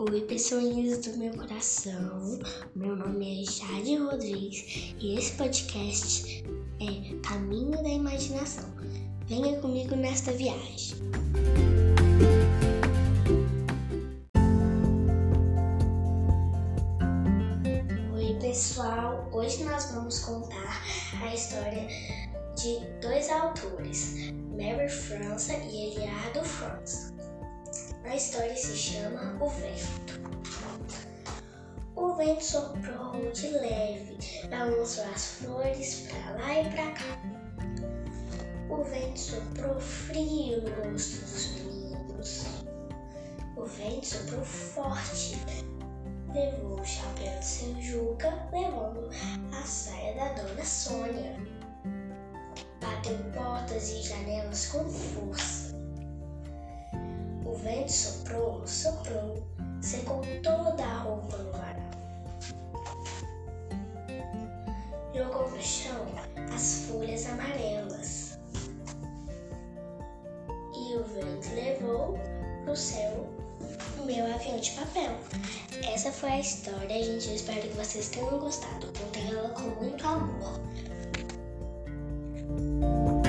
Oi, pessoinhas do meu coração, meu nome é Jade Rodrigues e esse podcast é Caminho da Imaginação. Venha comigo nesta viagem. Oi, pessoal, hoje nós vamos contar a história de dois autores, Mary França e Eliade França. A história se chama O Vento. O vento soprou de leve, balançou as flores pra lá e pra cá. O vento soprou frio no rosto dos meninos. O vento soprou forte, levou o chapéu do seu Juca, levando a saia da dona Sônia. Bateu portas e janelas com força. O vento soprou, secou toda a roupa no varal. Jogou no chão as folhas amarelas. E o vento levou pro céu o meu avião de papel. Essa foi a história, gente. Eu espero que vocês tenham gostado. Contei ela com muito amor.